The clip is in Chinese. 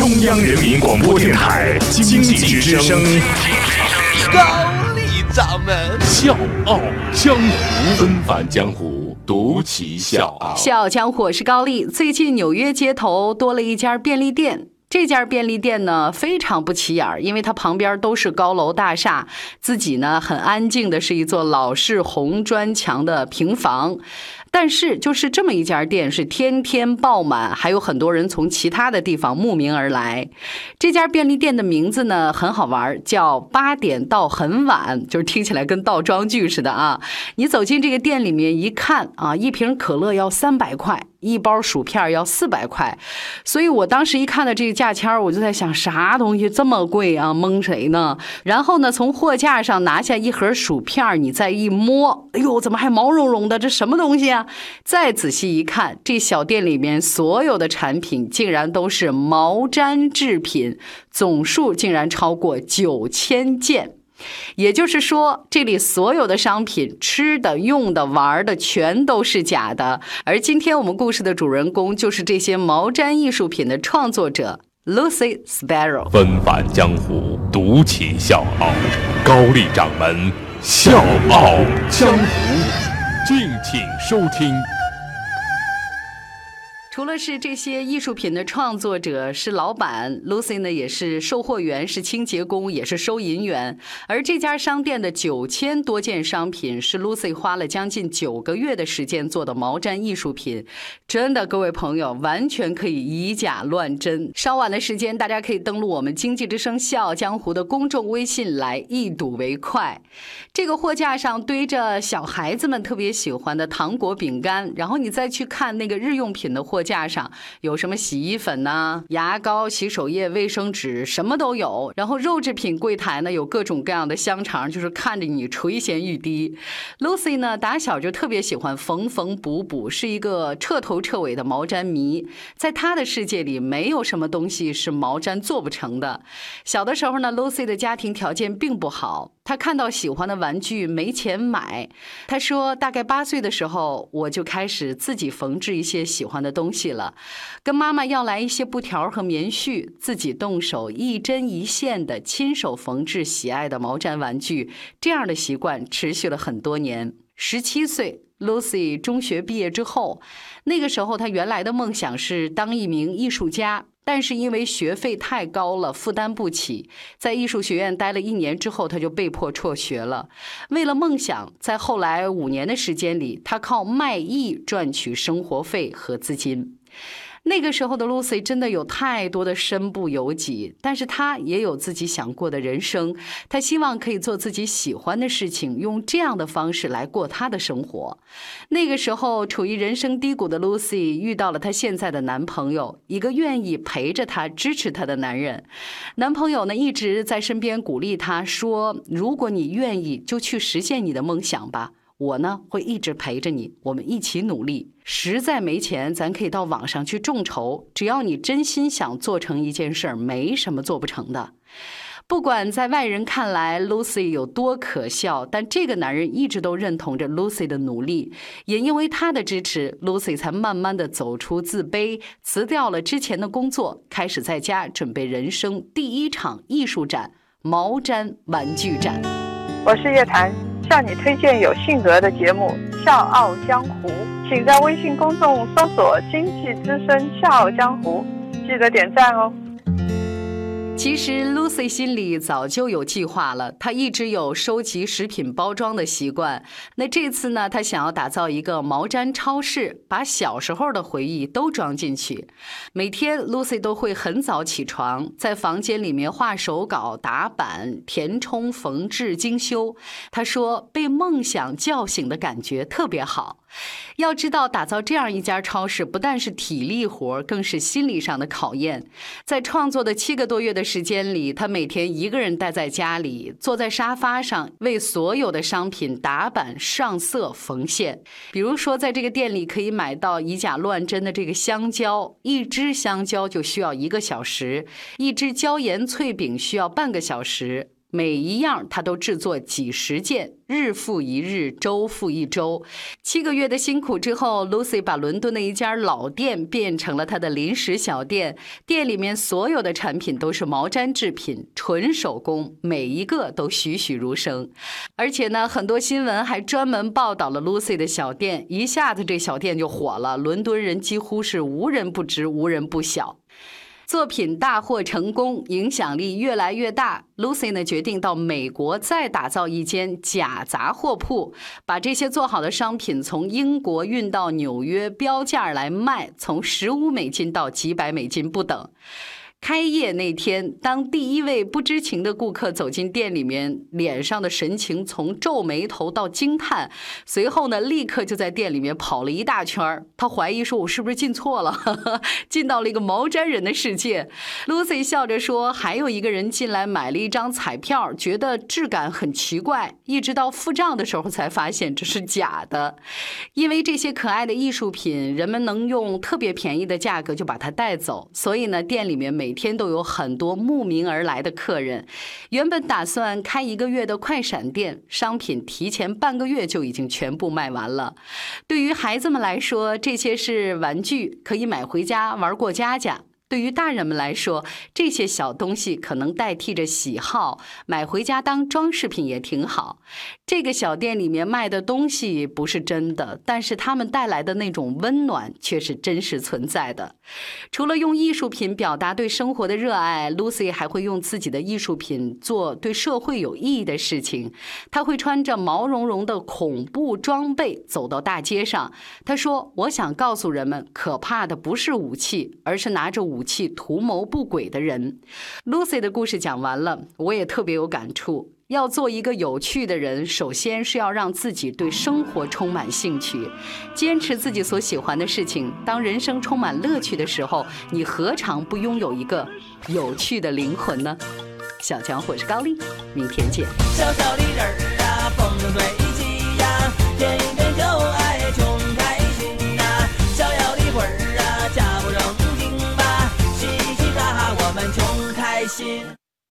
中央人民广播电台经济之声， 高丽掌门笑傲江湖，纷繁江湖，独骑笑傲。 笑傲江湖，我是高丽。最近纽约街头多了一家便利店。这家便利店呢非常不起眼，因为它旁边都是高楼大厦，自己呢很安静的是一座老式红砖墙的平房。但是就是这么一家店是天天爆满，还有很多人从其他的地方慕名而来。这家便利店的名字呢很好玩，叫8点到很晚，就是听起来跟倒装句似的啊。你走进这个店里面一看啊，一瓶可乐要300块，一包薯片要400块。所以我当时一看到这个价签，我就在想，啥东西这么贵啊，蒙谁呢？然后呢，从货架上拿下一盒薯片，你再一摸，哎呦，怎么还毛茸茸的？这什么东西啊？再仔细一看，这小店里面所有的产品竟然都是毛毡制品，总数竟然超过9000件。也就是说，这里所有的商品，吃的、用的、玩的，全都是假的。而今天我们故事的主人公，就是这些毛毡艺术品的创作者 Lucy Sparrow。 纷繁江湖，独骑笑傲，高丽掌门笑傲江湖，敬请收听。 除了是这些艺术品的创作者，是老板 Lucy 呢，也是售货员，是清洁工，也是收银员。而这家商店的9000多件商品是 Lucy 花了将近9个月的时间做的毛毡艺术品。真的，各位朋友，完全可以以假乱真。稍晚的时间，大家可以登录我们经济之声笑傲江湖的公众微信来一睹为快。这个货架上堆着小孩子们特别喜欢的糖果、饼干，然后你再去看那个日用品的货架上有什么洗衣粉呐、牙膏、洗手液、卫生纸，什么都有。然后肉制品柜台呢有各种各样的香肠，就是看着你垂涎欲滴。Lucy 呢打小就特别喜欢缝缝补补，是一个彻头彻尾的毛毡迷。在她的世界里，没有什么东西是毛毡做不成的。小的时候呢 Lucy 的家庭条件并不好，她看到喜欢的玩具没钱买。她说大概8岁的时候，我就开始自己缝制一些喜欢的东西了，跟妈妈要来一些布条和棉絮，自己动手一针一线的亲手缝制喜爱的毛毡玩具。这样的习惯持续了很多年。17岁Lucy 中学毕业之后，那个时候她原来的梦想是当一名艺术家，但是因为学费太高了，负担不起，在艺术学院待了1年之后，他就被迫辍学了。为了梦想，在后来5年的时间里，他靠卖艺赚取生活费和资金。那个时候的 Lucy 真的有太多的身不由己，但是她也有自己想过的人生。她希望可以做自己喜欢的事情，用这样的方式来过她的生活。那个时候处于人生低谷的 Lucy 遇到了她现在的男朋友，一个愿意陪着她、支持她的男人。男朋友呢一直在身边鼓励她说，如果你愿意就去实现你的梦想吧，我呢会一直陪着你，我们一起努力。实在没钱，咱可以到网上去众筹，只要你真心想做成一件事儿，没什么做不成的。不管在外人看来 Lucy 有多可笑，但这个男人一直都认同着 Lucy 的努力，也因为他的支持， Lucy 才慢慢的走出自卑，辞掉了之前的工作，开始在家准备人生第1场艺术展——毛毡玩具展。 我是叶檀，向你推荐有性格的节目《笑傲江湖》，请在微信公众搜索经济之声笑傲江湖，记得点赞哦。 其实 Lucy 心里早就有计划了，她一直有收集食品包装的习惯。那这次呢，她想要打造一个毛毡超市，把小时候的回忆都装进去。每天 Lucy 都会很早起床，在房间里面画手稿、打板、填充、缝制、精修。她说被梦想叫醒的感觉特别好。要知道，打造这样一家超市不但是体力活，更是心理上的考验。在创作的7个多月的时间里，他每天一个人待在家里，坐在沙发上，为所有的商品打板、上色、缝线。比如说，在这个店里可以买到以假乱真的这个香蕉，一只香蕉就需要1个小时，一只椒盐脆饼需要半个小时。 每一样他都制作几十件，日复一日，周复一周。7个月的辛苦之后， Lucy 把伦敦的一家老店变成了她的临时小店，店里面所有的产品都是毛毡制品，纯手工，每一个都栩栩如生。而且呢，很多新闻还专门报道了 Lucy 的小店，一下子这小店就火了，伦敦人几乎是无人不知，无人不晓。作品大获成功，影响力越来越大。Lucy 呢决定到美国再打造一间假杂货铺，把这些做好的商品从英国运到纽约标价来卖，从$15到几百美金不等。开业那天，当第一位不知情的顾客走进店里面，脸上的神情从皱眉头到惊叹，随后呢，立刻就在店里面跑了一大圈。他怀疑说，我是不是进错了，进到了一个毛毡人的世界。Lucy 笑着说，还有一个人进来买了一张彩票，觉得质感很奇怪，一直到付账的时候才发现这是假的。因为这些可爱的艺术品，人们能用特别便宜的价格就把它带走，所以呢，店里面每天都有很多慕名而来的客人。原本打算开1个月的快闪店，商品提前半个月就已经全部卖完了。对于孩子们来说，这些是玩具，可以买回家玩过家家。对于大人们来说，这些小东西可能代替着喜好，买回家当装饰品也挺好。这个小店里面卖的东西不是真的，但是他们带来的那种温暖却是真实存在的。除了用艺术品表达对生活的热爱， Lucy 还会用自己的艺术品做对社会有意义的事情。她会穿着毛茸茸的恐怖装备走到大街上，她说，我想告诉人们，可怕的不是武器，而是拿着武器图谋不轨的人。 Lucy 的故事讲完了，我也特别有感触。要做一个有趣的人，首先是要让自己对生活充满兴趣，坚持自己所喜欢的事情。当人生充满乐趣的时候，你何尝不拥有一个有趣的灵魂呢？小江，我是高丽，明天见。 小小的人儿啊，风生水起呀，天天就爱穷开心呐。小小的魂儿啊，家不正经吧，嘻嘻哈哈我们穷开心。